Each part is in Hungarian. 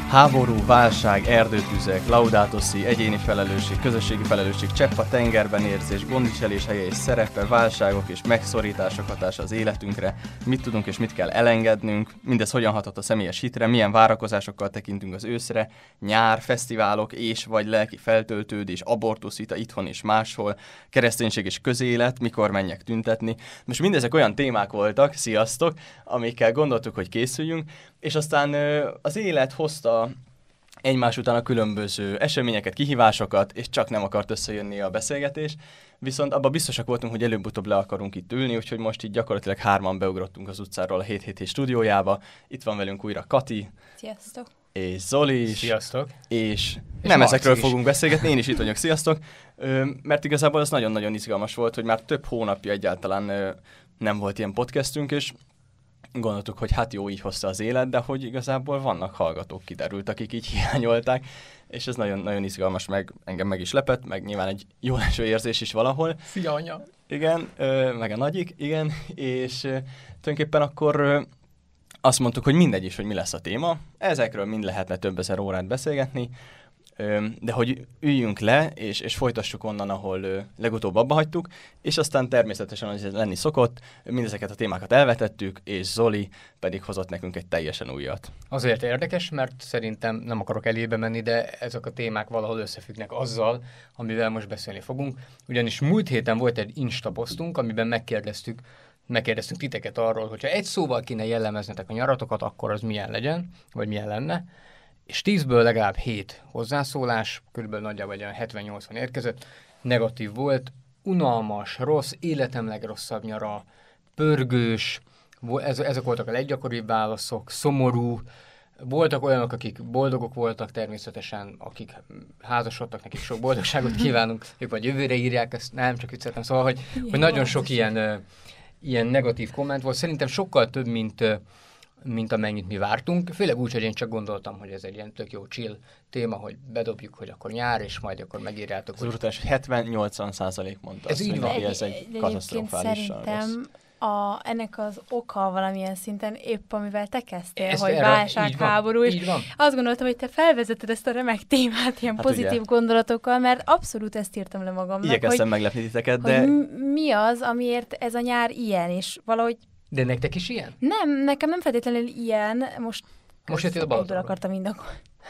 Háború, válság, erdőtüzek, Laudato Si, egyéni felelősség, közösségi felelősség, csepp a tengerben érzés, gondviselés helye és szerepe, válságok és megszorítások hatása az életünkre, mit tudunk és mit kell elengednünk, mindez hogyan hatott a személyes hitre, milyen várakozásokkal tekintünk az őszre, nyár, fesztiválok és vagy lelki feltöltődés, abortuszvita itthon és máshol, kereszténység és közélet, mikor menjek tüntetni. Most mindezek olyan témák voltak, sziasztok, amikkel gondoltuk, hogy készüljünk, és aztán az élet hozta egymás után a különböző eseményeket, kihívásokat, és csak nem akart összejönni a beszélgetés. Viszont abban biztosak voltunk, hogy előbb-utóbb le akarunk itt ülni, úgyhogy most így gyakorlatilag 3 beugrottunk az utcáról a 777 stúdiójába. Itt van velünk újra Kati. Sziasztok. És Zoli is. Sziasztok. És nem ezekről fogunk beszélgetni, én is itt vagyok, sziasztok. Mert igazából ez nagyon-nagyon izgalmas volt, hogy már több hónapja egyáltalán nem volt ilyen podcastünk, és gondoltuk, hogy hát jó, így hozta az élet, de hogy igazából vannak hallgatók, kiderült, akik így hiányolták, és ez nagyon-nagyon izgalmas, meg engem meg is lepett, meg nyilván egy jó leső érzés is valahol. Szia, anya! Igen, meg a nagyik, igen, és tulajdonképpen akkor azt mondtuk, hogy mindegy is, hogy mi lesz a téma, ezekről mind lehetne több ezer órát beszélgetni, de hogy üljünk le, és folytassuk onnan, ahol legutóbb abba hagytuk, és aztán természetesen, hogy ez lenni szokott, mindezeket a témákat elvetettük, és Zoli pedig hozott nekünk egy teljesen újat. Azért érdekes, mert szerintem nem akarok elébe menni, de ezek a témák valahol összefüggnek azzal, amivel most beszélni fogunk. Ugyanis múlt héten volt egy Insta posztunk, amiben megkérdeztünk titeket arról, hogyha egy szóval kéne jellemeznetek a nyaratokat, akkor az milyen legyen, vagy milyen lenne. És 10-ből legalább 7 hozzászólás, körülbelül nagyjából 70-80 érkezett, negatív volt, unalmas, rossz, életem legrosszabb nyara, pörgős, ezek voltak a leggyakoribb válaszok, szomorú, voltak olyanok, akik boldogok voltak természetesen, akik házasodtak, nekik sok boldogságot kívánunk, ők majd jövőre írják ezt, nem, csak vicceltem, szóval, hogy nagyon sok ilyen negatív komment volt, szerintem sokkal több, mint amennyit mi vártunk. Főleg úgy, hogy én csak gondoltam, hogy ez egy ilyen tök jó chill téma, hogy bedobjuk, hogy akkor nyár, és majd akkor megírjátok. Az úrutás 70-80% mondta. Ez így van. Ez egy katasztrofális szerintem ennek az oka valamilyen szinten épp amivel te kezdtél, hogy erre, válság, háború, és azt gondoltam, hogy te felvezeted ezt a remek témát ilyen pozitív ugye gondolatokkal, mert abszolút ezt írtam le magamnak. Igyekeztem meglepni titeket, de... mi az, amiért ez a nyár ilyen, és valahogy... De nektek is ilyen? Nem, nekem nem feltétlenül ilyen, most jöttél a Balatonról. akartam mindakor.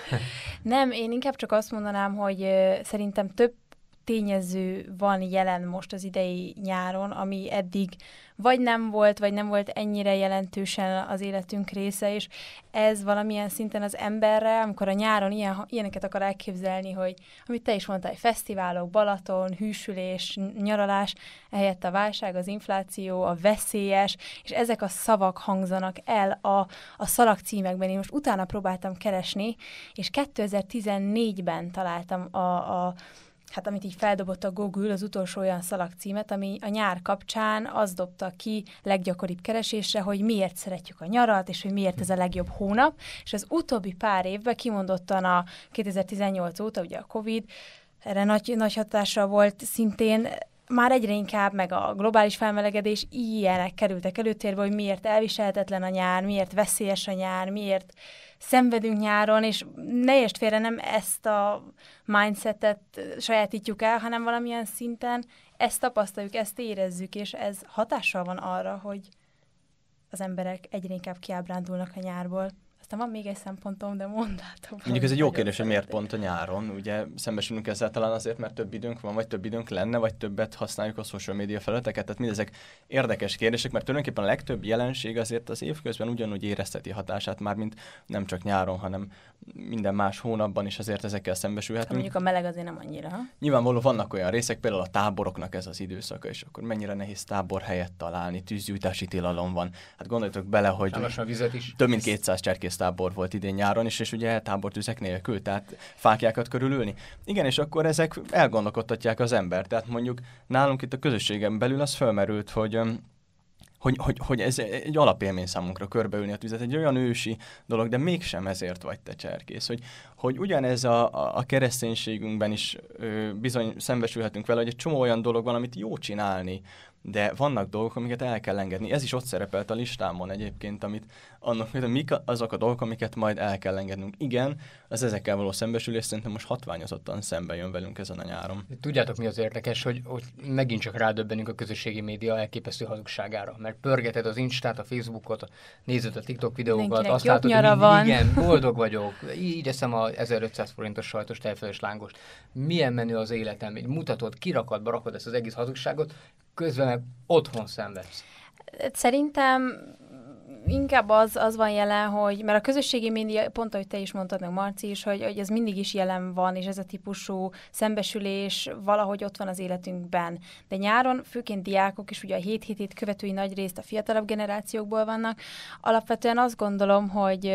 Nem, én inkább csak azt mondanám, hogy szerintem több tényező van jelen most az idei nyáron, ami eddig vagy nem volt ennyire jelentősen az életünk része, és ez valamilyen szinten az emberre, amikor a nyáron ilyeneket akar elképzelni, hogy amit te is mondtál, fesztiválok, Balaton, hűsülés, nyaralás, ehelyett a válság, az infláció, a veszélyes, és ezek a szavak hangzanak el a szalagcímekben. Én most utána próbáltam keresni, és 2014-ben találtam hát amit így feldobott a Google, az utolsó olyan szalagcímet, ami a nyár kapcsán az dobta ki leggyakoribb keresésre, hogy miért szeretjük a nyarat, és hogy miért ez a legjobb hónap, és az utóbbi pár évben kimondottan a 2018 óta, ugye a Covid, erre nagy hatással volt szintén, már egyre inkább, meg a globális felmelegedés, ilyenek kerültek előtérbe, hogy miért elviselhetetlen a nyár, miért veszélyes a nyár, miért szenvedünk nyáron, és ne értsd félre, nem ezt a mindsetet sajátítjuk el, hanem valamilyen szinten ezt tapasztaljuk, ezt érezzük, és ez hatással van arra, hogy az emberek egyre inkább kiábrándulnak a nyárból. Aztán van még egy szempontom, de mondtátok. Mondjuk ez egy jó kérdés, hogy miért pont a nyáron. Ugye szembesülünk ezzel talán azért, mert több időnk van, vagy több időnk lenne, vagy többet használjuk a social media felületeket. Tehát mindezek érdekes kérdések, mert tulajdonképpen a legtöbb jelenség azért az évközben ugyanúgy érezteti hatását, már mint nem csak nyáron, hanem minden más hónapban is azért ezekkel szembesülhetünk. Mondjuk a meleg azért nem annyira. Nyilvánvalóan vannak olyan részek, például a táboroknak ez az időszaka, és akkor mennyire nehéz táborhelyet találni, tűzgyújtási tilalom van. Hát gondoljatok bele, hogy több mint 200 cserkésztábor volt idén nyáron is, és ugye tábortüzek nélkül, tehát fáklyákat körülülni. Igen, és akkor ezek elgondolkodtatják az embert. Tehát mondjuk nálunk itt a közösségen belül az felmerült, hogy ez egy alapélmény számunkra körbeülni a tüzet, egy olyan ősi dolog, de mégsem ezért vagy te cserkész, hogy ugyanez a kereszténységünkben is bizony szembesülhetünk vele, hogy egy csomó olyan dolog van, amit jó csinálni, de vannak dolgok, amiket el kell engedni. Ez is ott szerepelt a listámon egyébként, mik azok a dolgok, amiket majd el kell engednünk. Igen, az ezekkel való szembesülés szerintem most hatványozottan szembe jön velünk ezen a nyáron. Tudjátok, mi az érdekes, hogy megint csak rádöbbenünk a közösségi média elképesztő hazugságára, mert pörgeted az Instát, a Facebookot, nézed a TikTok videókat, azt látod, hogy igen, boldog vagyok, így eszem a 1500 forintos sajtos tejfölös lángost. Milyen menő az életem, így mutatod, kirakadba rakod ezt az egész hazugságot, közben meg otthon szenvedsz. Szerintem inkább az van jelen, hogy, mert a közösségi média, pont ahogy te is mondtad, meg Marci is, hogy ez mindig is jelen van, és ez a típusú szembesülés valahogy ott van az életünkben. De nyáron, főként diákok is, ugye a 7-7 követői nagy részt a fiatalabb generációkból vannak. Alapvetően azt gondolom,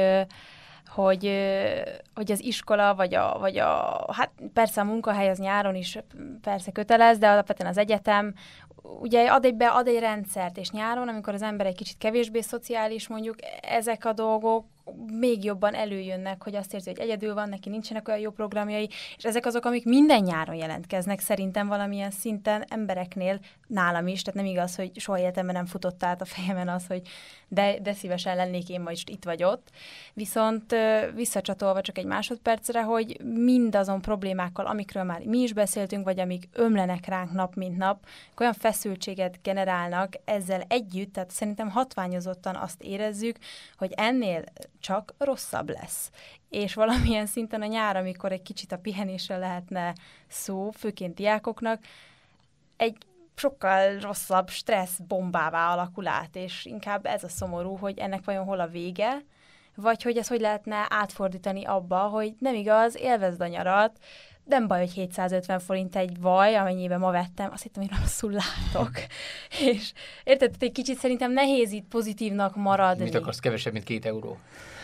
hogy az iskola, vagy hát persze a munkahely az nyáron is persze kötelez, de alapvetően az egyetem ugye ad egy rendszert, és nyáron, amikor az ember egy kicsit kevésbé szociális, mondjuk ezek a dolgok még jobban előjönnek, hogy azt érzi, hogy egyedül van, neki nincsenek olyan jó programjai, és ezek azok, amik minden nyáron jelentkeznek szerintem valamilyen szinten embereknél, nálam is, tehát nem igaz, hogy soha életemben nem futott át a fejemen az, hogy de szívesen lennék én majd itt vagy ott. Viszont visszacsatolva csak egy másodpercre, hogy mindazon problémákkal, amikről már mi is beszéltünk, vagy amik ömlenek ránk nap mint nap, olyan feszültséget generálnak ezzel együtt, tehát szerintem hatványozottan azt érezzük, hogy ennél csak rosszabb lesz. És valamilyen szinten a nyár, amikor egy kicsit a pihenésre lehetne szó, főként diákoknak, egy sokkal rosszabb stressz bombává alakul át, és inkább ez a szomorú, hogy ennek vajon hol a vége, vagy hogy ezt hogy lehetne átfordítani abba, hogy nem igaz, élvezd a nyarat, nem baj, hogy 750 forint egy vaj, amennyiben ma vettem, azt hittem, hogy rosszul látok. És érted, egy kicsit szerintem nehéz itt pozitívnak maradni. Mit akarsz, kevesebb, mint 2 euró?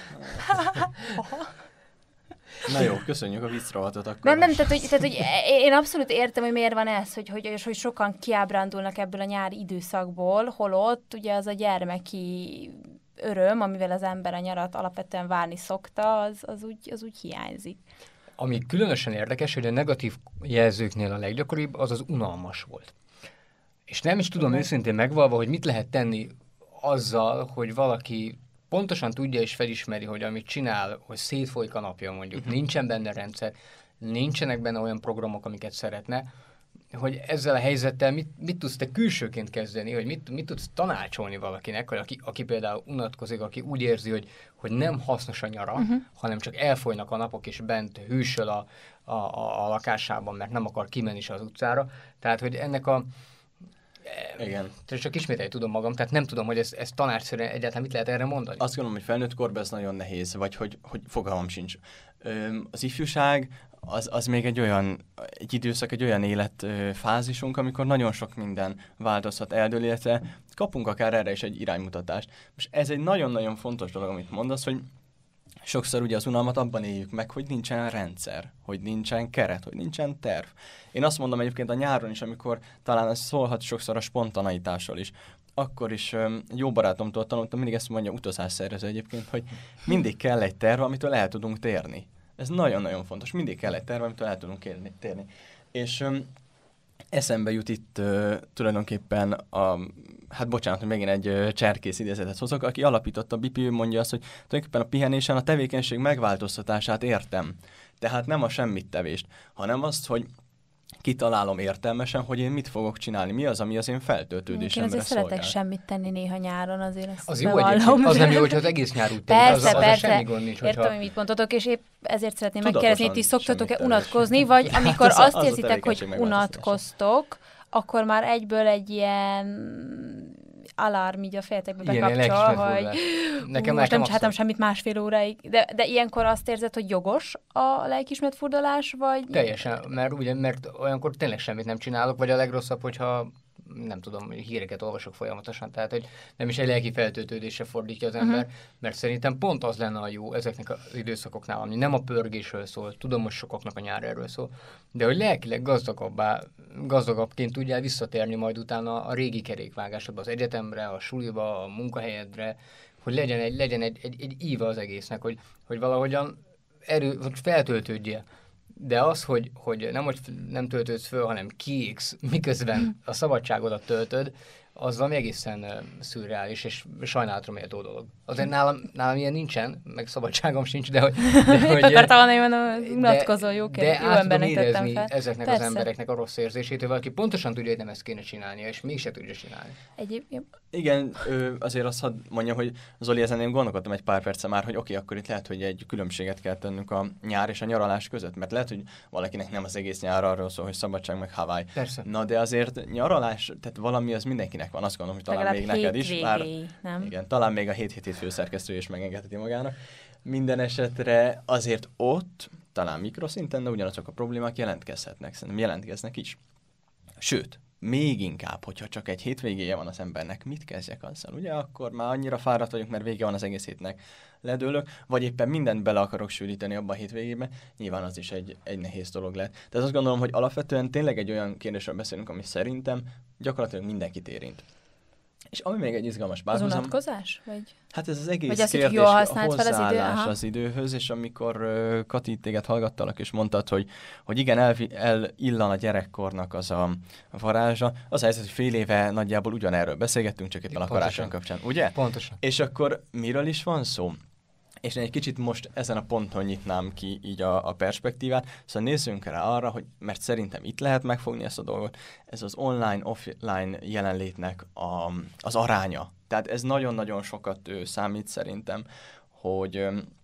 Na jó, köszönjük a viccrovatot akkor. Nem, tehát, hogy én abszolút értem, hogy miért van ez, hogy sokan kiábrándulnak ebből a nyári időszakból, holott ugye az a gyermeki öröm, amivel az ember a nyarat alapvetően várni szokta, az úgy hiányzik. Ami különösen érdekes, hogy a negatív jelzőknél a leggyakoribb az unalmas volt. És nem is tudom őszintén megvalva, hogy mit lehet tenni azzal, hogy valaki pontosan tudja és felismeri, hogy amit csinál, hogy szétfolyik a napja mondjuk, nincsen benne rendszer, nincsenek benne olyan programok, amiket szeretne, hogy ezzel a helyzettel mit tudsz te külsőként kezdeni, hogy mit tudsz tanácsolni valakinek, hogy aki például unatkozik, aki úgy érzi, hogy nem hasznos a nyara, hanem csak elfolynak a napok, és bent hűsöl a lakásában, mert nem akar kimenni se az utcára. Tehát, hogy ennek igen. Csak ismételni tudom magam, tehát nem tudom, hogy ez tanácsszerűen egyáltalán mit lehet erre mondani. Azt gondolom, hogy felnőtt korban ez nagyon nehéz, vagy hogy fogalmam sincs. Az ifjúság az még egy időszak, egy olyan életfázisunk, amikor nagyon sok minden változhat, eldől, illetve kapunk akár erre is egy iránymutatást. Most ez egy nagyon-nagyon fontos dolog, amit mondasz, hogy sokszor ugye az unalmat abban éljük meg, hogy nincsen rendszer, hogy nincsen keret, hogy nincsen terv. Én azt mondom egyébként a nyáron is, amikor talán ez szólhat sokszor a spontaneitásról is, akkor is jó barátomtól tanultam, mindig ezt mondja utazásszervező egyébként, hogy mindig kell egy terv, amitől el tudunk térni. Ez nagyon-nagyon fontos. Mindig kell egy terv, amitől el tudunk térni. És eszembe jut itt tulajdonképpen hát bocsánat, hogy megint egy cserkész idézetet hozok, aki alapította a BIP, mondja azt, hogy tulajdonképpen a pihenésen a tevékenység megváltoztatását értem. Tehát nem a semmit tevést, hanem azt, hogy kitalálom értelmesen, hogy én mit fogok csinálni, mi az, ami az én feltöltődésemre szolgál. Én szeretek semmit tenni néha nyáron, azért ezt az jó egyébként, az nem jó, hogyha az egész nyár úgy tenni, persze, semmi gond nincs. Értem, hogy mit mondtotok, és épp ezért szeretném megkérdezni, hogy ti szoktatok-e unatkozni, vagy amikor azt érzitek, hogy unatkoztok, akkor már egyből egy ilyen alarm így a fejetekbe bekapcsol, hogy most nem csináltam semmit 1,5 óráig. De ilyenkor azt érzed, hogy jogos a lelkiismeret furdalás, vagy... Teljesen, mert olyankor tényleg semmit nem csinálok, vagy a legrosszabb, hogyha nem tudom, híreket olvasok folyamatosan, tehát hogy nem is egy lelki feltöltődésre fordítja az ember, mert szerintem pont az lenne a jó ezeknek az időszakoknál, ami nem a pörgésről szól, tudom, hogy sokaknak a nyár erről szól, de hogy lelkileg gazdagabbként tudjál visszatérni majd utána a régi kerékvágásodba, az egyetemre, a suliba, a munkahelyedre, hogy legyen egy íve az egésznek, hogy valahogyan hogy feltöltődjél. De az, hogy nem töltődsz föl, hanem kiégsz, miközben a szabadságodat töltöd, az ami egészen szürreális és sajnálatra méltó dolog. Azért nálam ilyen nincsen, meg szabadságom sincs, de hogy... Akartam valami unatkozó, jó embernek tettem fel. Ezeknek az embereknek a rossz érzését, hogy valaki pontosan tudja, hogy nem ezt kéne csinálnia, és mégse tudja csinálni. Egyébként. Igen, azért azt hadd mondjam, hogy Zoli, ezen én gondolkodtam egy pár perce már, hogy oké, akkor itt lehet, hogy egy különbséget kell tennünk a nyár és a nyaralás között, mert lehet, hogy valakinek nem az egész nyár arról szól, hogy szabadság meg Hawaii. Persze. Na de azért nyaralás, tehát valami az mindenkinek van, azt gondolom, hogy talán legalább még neked is. Már, nem? Igen, talán még a 7 főszerkesztő is megengedheti magának. Minden esetre azért ott, talán mikroszinten, de ugyanazok a problémák jelentkezhetnek, szerintem jelentkeznek is. Sőt, még inkább, hogyha csak egy hétvégéje van az embernek, mit kezdjek azzal? Ugye akkor már annyira fáradt vagyok, mert vége van az egész hétnek, ledőlök, vagy éppen mindent bele akarok sűríteni abba a hétvégébe, nyilván az is egy nehéz dolog lehet. Tehát azt gondolom, hogy alapvetően tényleg egy olyan kérdésről beszélünk, ami szerintem gyakorlatilag mindenkit érint. És ami még egy izgalmas párhuzam... Az unatkozás? Vagy? Hát ez az egész vagy az, kérdés, jól a hozzáállás az időhöz, és amikor Kati, téged hallgattalak, és mondtad, hogy igen, elillan a gyerekkornak az a varázsa, az a helyzet, hogy fél éve nagyjából ugyanerről beszélgettünk, csak éppen a karácsony kapcsán, ugye? Pontosan. És akkor miről is van szó? És én egy kicsit most ezen a ponton nyitnám ki így a perspektívát, szóval nézzünk rá arra, hogy mert szerintem itt lehet megfogni ezt a dolgot, ez az online-offline jelenlétnek az aránya. Tehát ez nagyon-nagyon sokat számít szerintem, hogy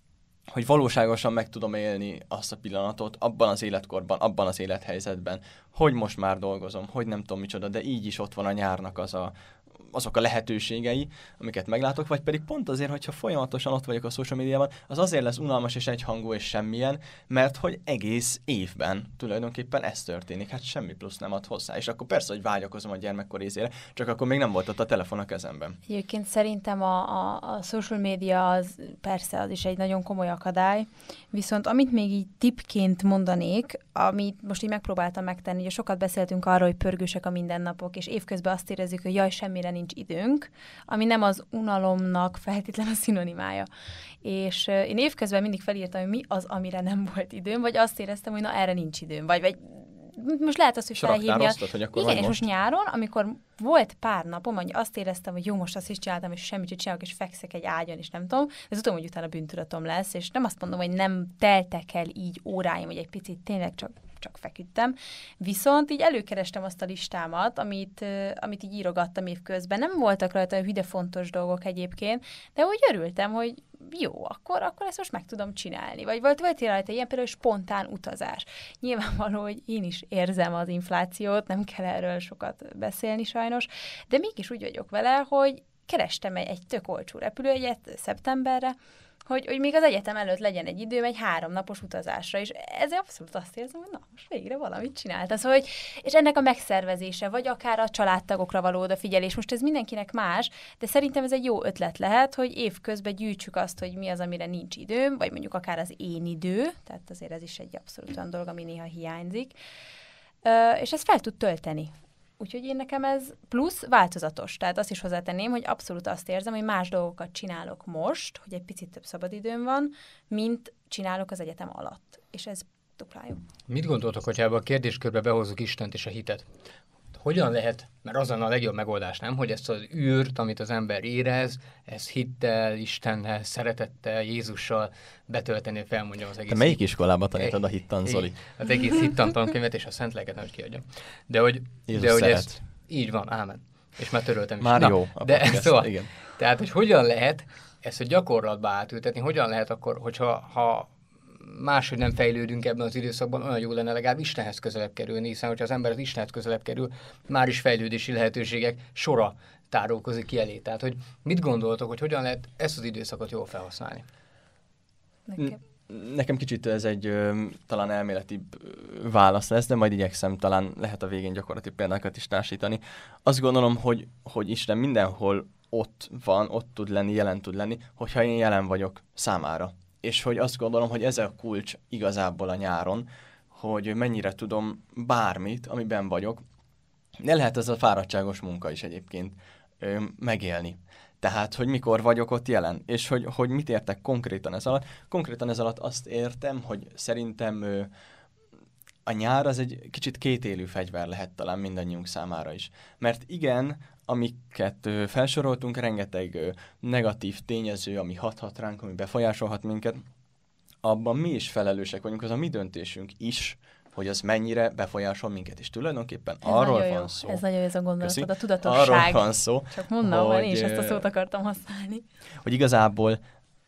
valóságosan meg tudom élni azt a pillanatot abban az életkorban, abban az élethelyzetben, hogy most már dolgozom, hogy nem tudom micsoda, de így is ott van a nyárnak azok a lehetőségei, amiket meglátok, vagy pedig pont azért, hogyha folyamatosan ott vagyok a social médiában, az azért lesz unalmas és egyhangú és semmilyen, mert hogy egész évben tulajdonképpen ez történik, hát semmi plusz nem ad hozzá. És akkor persze, hogy vágyakozom a gyermekkor részére, csak akkor még nem volt ott a telefon a kezemben. Egyébként szerintem a social media az persze az is egy nagyon komoly akadály, viszont amit még így tippként mondanék, amit most így megpróbáltam megtenni, ugye sokat beszéltünk arról, hogy pörgősek a mindennapok, és évközben azt érezzük, hogy jaj, semmire nincs időnk, ami nem az unalomnak feltétlenül a szinonimája. És én évközben mindig felírtam, hogy mi az, amire nem volt időm, vagy azt éreztem, hogy na erre nincs időm, vagy most lehet azt, hogy felhívni. Hogy akkor igen, és most nyáron, amikor volt pár napom, hogy azt éreztem, hogy jó, most azt is csináltam, és semmit sem csinálok, és fekszek egy ágyon, és nem tudom, de tudom, hogy utána bűntudatom lesz, és nem azt mondom, hogy nem teltek el így óráim, hogy egy picit tényleg csak feküdtem. Viszont így előkerestem azt a listámat, amit így írogattam évközben. Nem voltak rajta hüde fontos dolgok egyébként, de úgy örültem, hogy jó, akkor ezt most meg tudom csinálni. Vagy volt rajta ilyen például spontán utazás. Nyilvánvaló, hogy én is érzem az inflációt, nem kell erről sokat beszélni sajnos, de mégis úgy vagyok vele, hogy kerestem egy tök olcsó repülőjegyet szeptemberre, hogy még az egyetem előtt legyen egy időm egy 3 napos utazásra, és ezzel abszolút azt érzem, hogy na, most végre valamit csináltam. Szóval, és ennek a megszervezése, vagy akár a családtagokra való odafigyelés, most ez mindenkinek más, de szerintem ez egy jó ötlet lehet, hogy évközben gyűjtsük azt, hogy mi az, amire nincs időm, vagy mondjuk akár az én idő, tehát azért ez is egy abszolút olyan dolog, ami néha hiányzik, és ezt fel tud tölteni. Úgyhogy én nekem ez plusz változatos. Tehát azt is hozzátenném, hogy abszolút azt érzem, hogy más dolgokat csinálok most, hogy egy picit több szabadidőm van, mint csinálok az egyetem alatt. És ez dupla jó. Mit gondoltok, hogyha ebbe a kérdéskörbe behozzuk Istent és a hitet? Hogyan lehet, mert az a legjobb megoldás, nem? Hogy ezt az űrt, amit az ember érez, ez hittel, Istennel, szeretettel, Jézussal betölteni, felmondjam az egész. Te melyik iskolába tanítod a hittan, Zoli? Az egész hittan tankönyvet és a Szent Lelket nem, hogy kiadjam. De hogy ez így van, ámen. És már töröltem is. Már jó. De szóval, igen. Tehát, hogy hogyan lehet ezt a gyakorlatba átültetni, hogyan lehet akkor, hogyha máshogy nem fejlődünk ebben az időszakban, olyan jó lenne legalább Istenhez közelebb kerülni, hiszen hogyha az ember az Istenhez közelebb kerül, már is fejlődési lehetőségek sora tárulkozik ki elé. Tehát, hogy mit gondoltok, hogy hogyan lehet ezt az időszakot jól felhasználni? Nekem kicsit ez egy talán elméleti válasz lesz, de majd igyekszem, talán lehet a végén gyakorlati példákat is társítani. Azt gondolom, hogy Isten mindenhol ott van, ott tud lenni, jelen tud lenni, hogyha én jelen vagyok számára. És hogy azt gondolom, hogy ez a kulcs igazából a nyáron, hogy mennyire tudom bármit, amiben vagyok, de lehet ez a fáradtságos munka is egyébként megélni. Tehát, hogy mikor vagyok ott jelen, és hogy mit értek konkrétan ez alatt. Konkrétan ez alatt azt értem, hogy szerintem a nyár az egy kicsit kétélű fegyver lehet talán mindannyiunk számára is. Mert igen, amiket felsoroltunk, rengeteg negatív tényező, ami hathat ránk, ami befolyásolhat minket, abban mi is felelősek vagyunk, az a mi döntésünk is, hogy az mennyire befolyásol minket. És tulajdonképpen ez arról van szó. Ez nagyon jó ez a gondolatod, a tudatosság. Arról van szó. Csak mondom, hogy én is ezt a szót akartam használni. Hogy igazából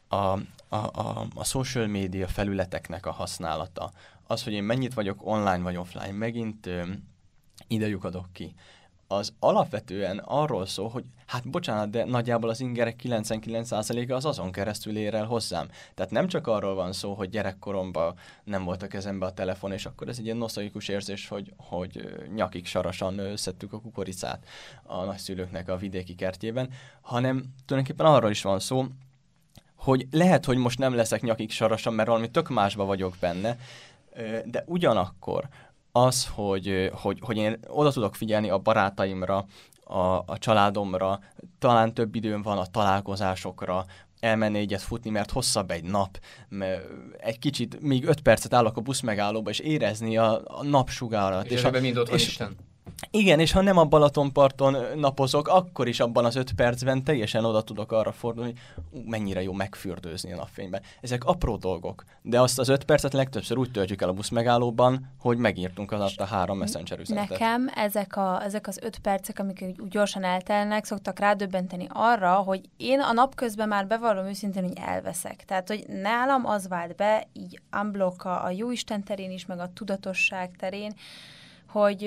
a social media felületeknek a használata, az, hogy én mennyit vagyok online vagy offline, megint idejük adok ki, az alapvetően arról szól, hogy hát bocsánat, de nagyjából az ingerek 99%-a az azon keresztül ér el hozzám. Tehát nem csak arról van szó, hogy gyerekkoromban nem volt a kezembe a telefon, és akkor ez egy ilyen nosztalgikus érzés, hogy nyakig sarasan szedtük a kukoricát a nagyszülőknek a vidéki kertjében, hanem tulajdonképpen arról is van szó, hogy lehet, hogy most nem leszek nyakig sarasan, mert valami tök másba vagyok benne, de ugyanakkor az, hogy én oda tudok figyelni a barátaimra, a családomra, talán több időm van a találkozásokra, elmenni egyet futni, mert hosszabb egy nap, egy kicsit, még 5 percet állok a buszmegállóba, és érezni a napsugárat. És ebben mind ott van Isten. Igen, és ha nem a Balatonparton napozok, akkor is abban az 5 percben teljesen oda tudok arra fordulni, hogy mennyire jó megfürdőzni a napfényben. Ezek apró dolgok, de azt az 5 percet legtöbbször úgy töltjük el a buszmegállóban, hogy megírtunk alatt a 3 messenger üzenetet. Nekem ezek az 5 percek, amik úgy gyorsan eltelnek, szoktak rádöbbenteni arra, hogy én a napközben már bevallom őszintén, hogy elveszek. Tehát, hogy nálam az vált be, így unblock a jóisten terén is, meg a tudatosság terén, hogy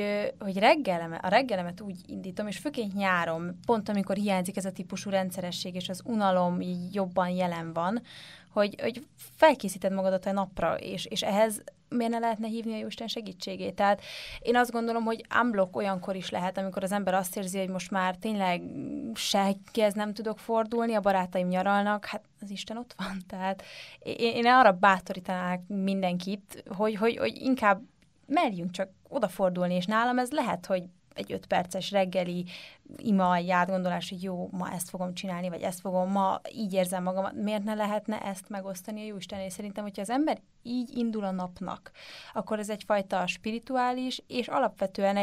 a reggelemet úgy indítom, és főként nyáron, pont amikor hiányzik ez a típusú rendszeresség, és az unalom így jobban jelen van, hogy felkészíted magadat a napra, és ehhez miért ne lehetne hívni a Jóisten segítségét? Tehát én azt gondolom, hogy unblock olyankor is lehet, amikor az ember azt érzi, hogy most már tényleg senkihez nem tudok fordulni, a barátaim nyaralnak, hát az Isten ott van. Tehát én arra bátorítanák mindenkit, hogy inkább merjünk csak odafordulni, és nálam ez lehet, hogy egy 5 perces reggeli ima, egy átgondolás, hogy jó, ma ezt fogom csinálni, vagy ezt fogom, ma így érzem magam, miért ne lehetne ezt megosztani a Jóistennél? Szerintem, hogyha az ember így indul a napnak, akkor ez egyfajta spirituális, és alapvetően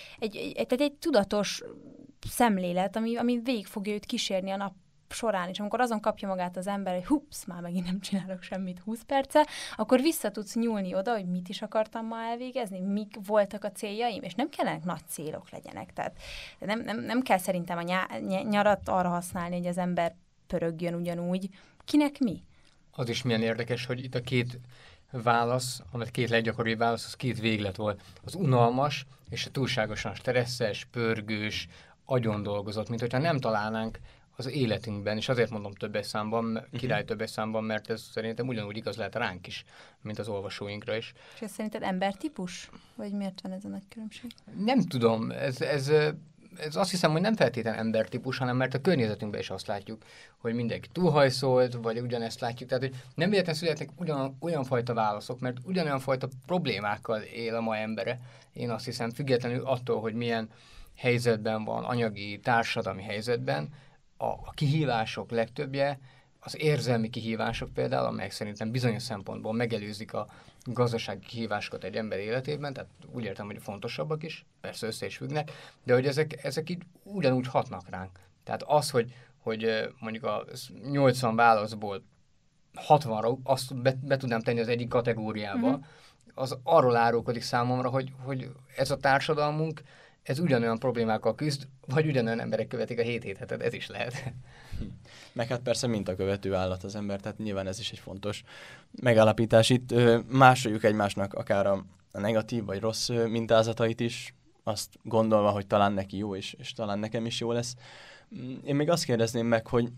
egy tudatos szemlélet, ami végig fogja őt kísérni a nap során, és amikor azon kapja magát az ember, hogy hups, már megint nem csinálok semmit 20 perce, akkor vissza tudsz nyúlni oda, hogy mit is akartam ma elvégezni, mik voltak a céljaim, és nem kellene nagy célok legyenek. Tehát nem kell szerintem a nyarat arra használni, hogy az ember pörögjön ugyanúgy. Kinek mi? Az is milyen érdekes, hogy itt a 2 válasz, amit 2 leggyakoribb válasz, az 2 véglet volt. Az unalmas és a túlságosan stresszes, pörgős, agyon dolgozott, mint hogyha nem találnánk az életünkben, és azért mondom többes számban, király többes számban, mert ez szerintem ugyanúgy igaz lehet ránk is, mint az olvasóinkra is. És ez szerinted embertípus? Vagy miért van ez a nagy különbség? Nem tudom, ez azt hiszem, hogy nem feltétlenül embertípus, hanem mert a környezetünkben is azt látjuk, hogy mindenki túlhajszolt, vagy ugyanezt látjuk. Tehát, hogy nem véletlenül születnek olyan fajta válaszok, mert ugyanolyan fajta problémákkal él a ma embere. Én azt hiszem, függetlenül attól, hogy milyen helyzetben van, anyagi, társadalmi helyzetben, a kihívások legtöbbje, az érzelmi kihívások például, amelyek szerintem bizonyos szempontból megelőzik a gazdasági kihívásokat egy ember életében, tehát úgy értem, hogy fontosabbak is, persze össze is függnek, de hogy ezek így ugyanúgy hatnak ránk. Tehát az, hogy mondjuk a 80 válaszból 60-ra azt be tudnám tenni az egyik kategóriába, az arról árulkodik számomra, hogy ez a társadalmunk, ez ugyanolyan problémákkal küzd, vagy ugyanolyan emberek követik a 7 hetet, ez is lehet. Meg hát persze mintakövető állat az ember, tehát nyilván ez is egy fontos megállapítás. Itt másoljuk egymásnak akár a negatív vagy rossz mintázatait is, azt gondolva, hogy talán neki jó, és talán nekem is jó lesz. Én még azt kérdezném meg, hogy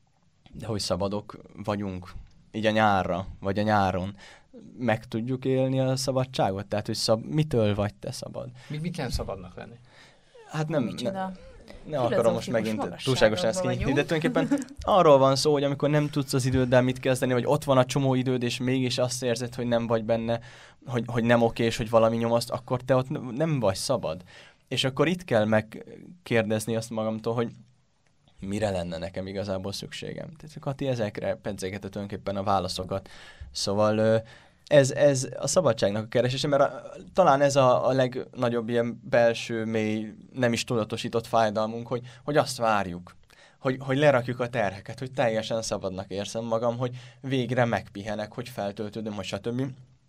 szabadok vagyunk így a nyárra, vagy a nyáron. Meg tudjuk élni a szabadságot? Tehát, hogy mitől vagy te szabad? Mit nem szabadnak lenni? Hát nem akarom most megint túlságosan ezt kinyitni, de tulajdonképpen arról van szó, hogy amikor nem tudsz az időddel mit kezdeni, vagy ott van a csomó időd, és mégis azt érzed, hogy nem vagy benne, hogy nem oké, és hogy valami nyomaszt, akkor te ott nem vagy szabad. És akkor itt kell megkérdezni azt magamtól, hogy mire lenne nekem igazából szükségem. Tehát Kati ezekre pedzegetett tulajdonképpen a válaszokat. Szóval ez a szabadságnak a keresése, mert talán ez a legnagyobb ilyen belső, mély, nem is tudatosított fájdalmunk, hogy azt várjuk, hogy lerakjuk a terheket, hogy teljesen szabadnak érzem magam, hogy végre megpihenek, hogy feltöltődöm, hogy stb.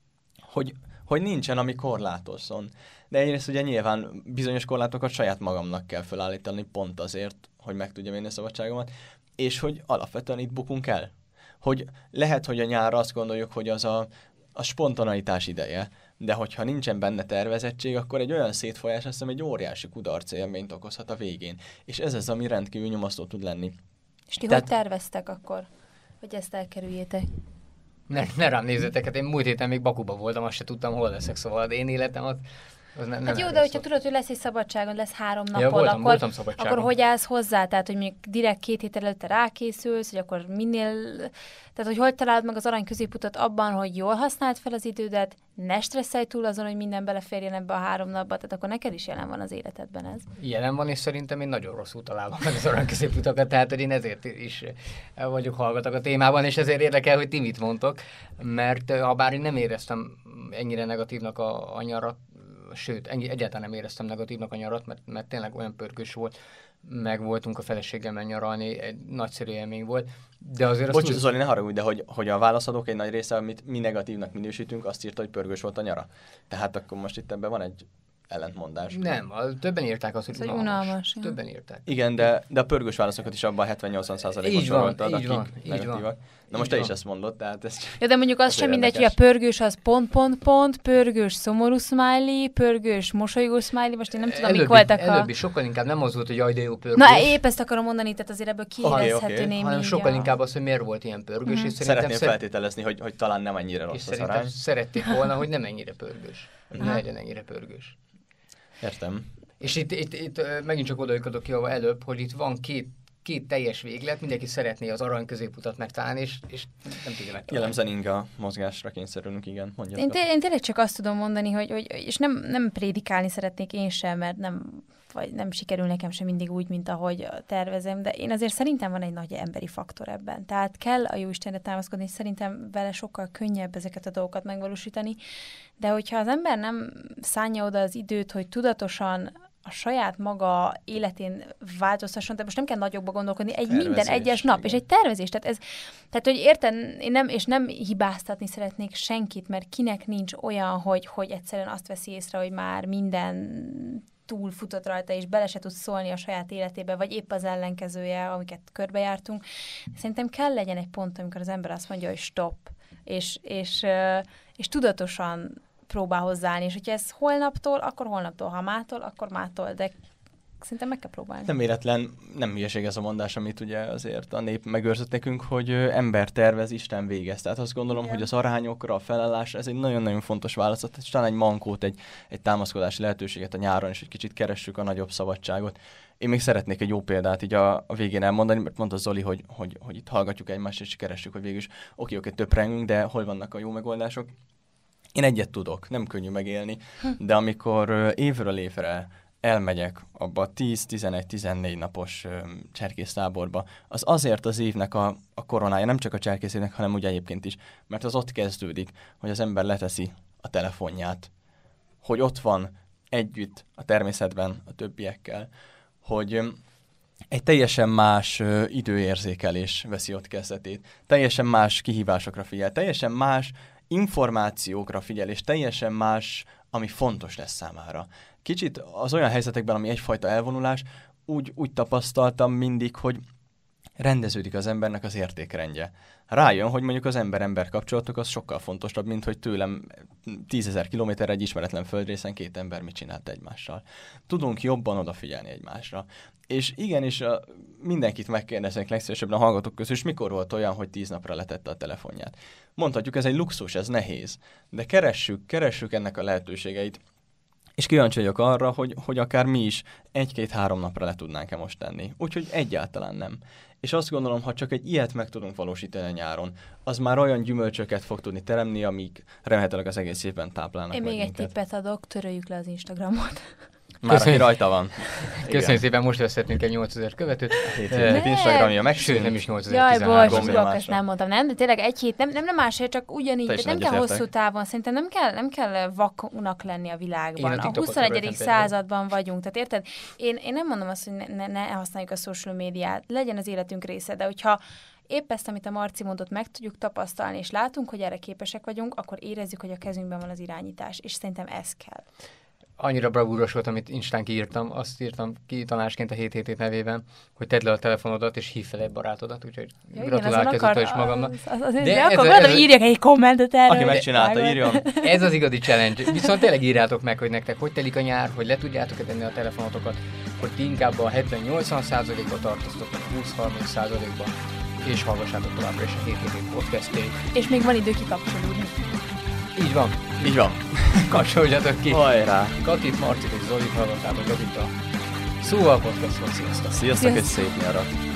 Hogy nincsen, ami korlátozzon. De egyrészt ugye nyilván bizonyos korlátokat saját magamnak kell felállítani pont azért, hogy meg tudjam élni a szabadságomat, és hogy alapvetően itt bukunk el. Hogy lehet, hogy a nyárra azt gondoljuk, hogy az a spontaneitás ideje, de hogyha nincsen benne tervezettség, akkor egy olyan szétfolyás, azt hiszem, egy óriási kudarc élményt okozhat a végén. És ez az, ami rendkívül nyomasztó tud lenni. És ti hogy terveztek akkor, hogy ezt elkerüljétek? Ne rám nézzetek, hát én múlt héten még Bakuba voltam, azt se tudtam, hol leszek, szóval én életem az nem hát jó, de hogyha tudod, hogy lesz egy szabadságon, lesz 3 napod, akkor hogy állsz hozzá? Tehát, hogy még direkt 2 hét előtte rákészülsz, hogy akkor tehát, hogy találod meg az arany középutat abban, hogy jól használd fel az idődet, ne stresszelj túl azon, hogy minden beleférjen ebbe a 3 napba, tehát akkor neked is jelen van az életedben ez. Jelen van, és szerintem én nagyon rosszul találom meg az arany középutakat, tehát hogy én ezért is vagyok hallgatok a témában, és ezért érdekel, hogy ti mit mondtok, mert ha bár én nem éreztem ennyire negatívnak a nyarat, sőt, egyáltalán nem éreztem negatívnak a nyarat, mert tényleg olyan pörgős volt, meg voltunk a feleségemmel nyaralni, egy nagyszerű élmény volt, de azért Bocs, Zoli, ne haragudj, de hogy a válaszadók egy nagy része, amit mi negatívnak minősítünk, azt írta, hogy pörgős volt a nyara. Tehát akkor most itt ebben van egy ellentmondás. Nem, többen írták azt, hogy unalmas. Többen írták. Igen, de a pörgős válaszokat is abban 70-80%-ban soroltad, akik negatívak. Na most te is ezt mondod, tehát ez... Ja, de mondjuk az sem mindegy, hogy a pörgős az ... pörgős szomorú smiley, pörgős mosolygó smiley, most én nem tudom, mik voltak előbbi sokkal inkább nem az volt, hogy jaj, de jó pörgős. Na, épp ezt akarom mondani, tehát azért ebből kiérezhető némi. Hanem sokkal inkább az, hogy miért volt ilyen pörgős. És szeretném feltételezni, hogy talán nem ennyire rossz az arány. Szerették volna, hogy nem ennyire pörgős. Ne legyen ennyire pörgős. Értem. És itt megint csak odaikadok ki előbb, hogy itt van két teljes véglet, mindenki szeretné az arany középutat megtalálni, és nem tudja megtalálni. Jellemzően inga mozgásra kényszerülünk, igen. Én tényleg csak azt tudom mondani, hogy és nem prédikálni szeretnék én sem, mert nem sikerül nekem sem mindig úgy, mint ahogy tervezem, de én azért szerintem van egy nagy emberi faktor ebben. Tehát kell a Jóistenre támaszkodni, és szerintem vele sokkal könnyebb ezeket a dolgokat megvalósítani, de hogyha az ember nem szánja oda az időt, hogy tudatosan a saját maga életén változtasson, de most nem kell nagyokba gondolkodni, minden egyes nap, igen. És egy tervezés. Tehát hogy érted, én nem hibáztatni szeretnék senkit, mert kinek nincs olyan, hogy egyszerűen azt veszi észre, hogy már minden túl futott rajta, és bele se tud szólni a saját életébe, vagy épp az ellenkezője, amiket körbejártunk. Szerintem kell legyen egy pont, amikor az ember azt mondja, hogy stop, és tudatosan próbál hozzáállni, és hogyha ez holnaptól, akkor holnaptól, ha mától, akkor mától, de szerintem meg kell próbálni. Nem véletlen, nem hülyeség ez a mondás, amit ugye azért a nép megőrzött nekünk, hogy ember tervez, Isten végez. Tehát azt gondolom, hogy az arányokra, a felállásra, ez egy nagyon-nagyon fontos válaszat, és talán egy mankót, egy támaszkodási lehetőséget a nyáron, és egy kicsit keressük a nagyobb szabadságot. Én még szeretnék egy jó példát így a végén elmondani, mert mondta Zoli, hogy itt hallgatjuk egymást, és keressük, hogy végül is oké, töprengünk, de hol vannak a jó megoldások. Én egyet tudok, nem könnyű megélni, de amikor évről évre elmegyek abba a 10-11-14 napos cserkésztáborba, az azért az évnek a koronája, nem csak a cserkészének, hanem úgy egyébként is, mert az ott kezdődik, hogy az ember leteszi a telefonját, hogy ott van együtt a természetben a többiekkel, hogy egy teljesen más időérzékelés veszi ott kezdetét, teljesen más kihívásokra figyel, teljesen más információkra figyel, és teljesen más, ami fontos lesz számára. Kicsit az olyan helyzetekben, ami egyfajta elvonulás, úgy tapasztaltam mindig, hogy rendeződik az embernek az értékrendje. Rájön, hogy mondjuk az ember-ember kapcsolatok az sokkal fontosabb, mint hogy tőlem 10 000 kilométerre egy ismeretlen földrészen 2 ember mit csinált egymással. Tudunk jobban odafigyelni egymásra. És igenis mindenkit megkérdeznek legszívesebben a hallgatók közül, és mikor volt olyan, hogy 10 napra letette a telefonját. Mondhatjuk, ez egy luxus, ez nehéz, de keressük ennek a lehetőségeit. És kíváncsi vagyok arra, hogy akár mi is 1-2-3 napra le tudnánk-e most tenni. Úgyhogy egyáltalán nem. És azt gondolom, ha csak egy ilyet meg tudunk valósítani a nyáron, az már olyan gyümölcsöket fog tudni teremni, amik remélhetőleg az egész évben táplálnak. Én még egy tippet adok, töröljük le az Instagramot. Már aki rajta van. Köszönjük szépen, most veszhetünk egy 8000 követőt. Hét Instagramja meg. Sőt, nem is 8013. Jaj, bocs, ezt nem mondtam. Nem, de tényleg egy hét, nem másért, csak ugyanígy, nem kell hosszú távon. Szerintem nem kell vaknak lenni a világban. A 21. században vagyunk. Tehát érted? Én nem mondom azt, hogy ne használjuk a social médiát. Legyen az életünk része, de hogyha épp ezt, amit a Marci mondott, meg tudjuk tapasztalni, és látunk, hogy erre képesek vagyunk, akkor érezzük, hogy a kezünkben van az irányítás. És szerintem ez kell. Annyira bravúros volt, amit Instán kiírtam, azt írtam ki tanácsként a 7 nevében, hogy tedd le a telefonodat, és hívd fel egy barátodat, úgyhogy gratulálok ezúttal is magamnak. De akkor mondom, hogy írjak egy kommentet erre. Aki megcsinálta, írjon. Ez az igazi challenge. Viszont tényleg írjátok meg, hogy nektek hogy telik a nyár, hogy le tudjátok-e tenni a telefonotokat, hogy ti inkább a 70-80%-ba tartoztok, 20-30%-ba, és hallgassátok továbbra is a 7 podcastjét. És még van idő kikapcsolódni. Így van. Így van. Kapcsoljatok ki. Hajrá. Katit, Marcit és Zolit hallgattátok, ez itt a Szóval Podcast volt. Sziasztok. Sziasztok, és szép nyarat.